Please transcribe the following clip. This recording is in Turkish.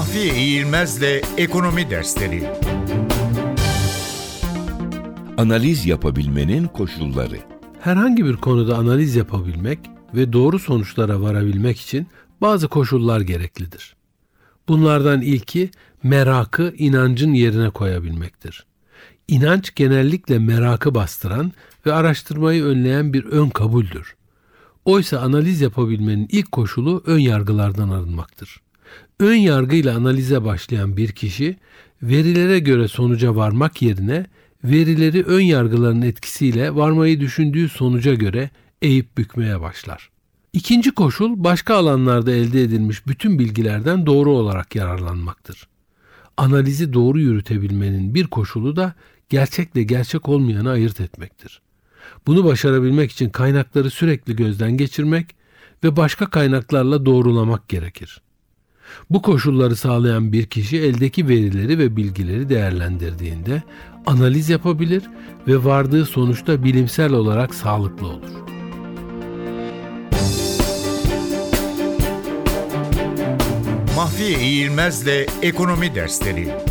Mahfiye İğilmez'le Ekonomi Dersleri. Analiz yapabilmenin koşulları. Herhangi bir konuda analiz yapabilmek ve doğru sonuçlara varabilmek için bazı koşullar gereklidir. Bunlardan ilki merakı inancın yerine koyabilmektir. İnanç genellikle merakı bastıran ve araştırmayı önleyen bir ön kabuldür. Oysa analiz yapabilmenin ilk koşulu ön yargılardan arınmaktır. Ön yargıyla analize başlayan bir kişi verilere göre sonuca varmak yerine verileri ön yargıların etkisiyle varmayı düşündüğü sonuca göre eğip bükmeye başlar. İkinci koşul başka alanlarda elde edilmiş bütün bilgilerden doğru olarak yararlanmaktır. Analizi doğru yürütebilmenin bir koşulu da gerçekle gerçek olmayanı ayırt etmektir. Bunu başarabilmek için kaynakları sürekli gözden geçirmek ve başka kaynaklarla doğrulamak gerekir. Bu koşulları sağlayan bir kişi eldeki verileri ve bilgileri değerlendirdiğinde analiz yapabilir ve vardığı sonuçta bilimsel olarak sağlıklı olur. Mahfiye İğilmez'le Ekonomi Dersleri.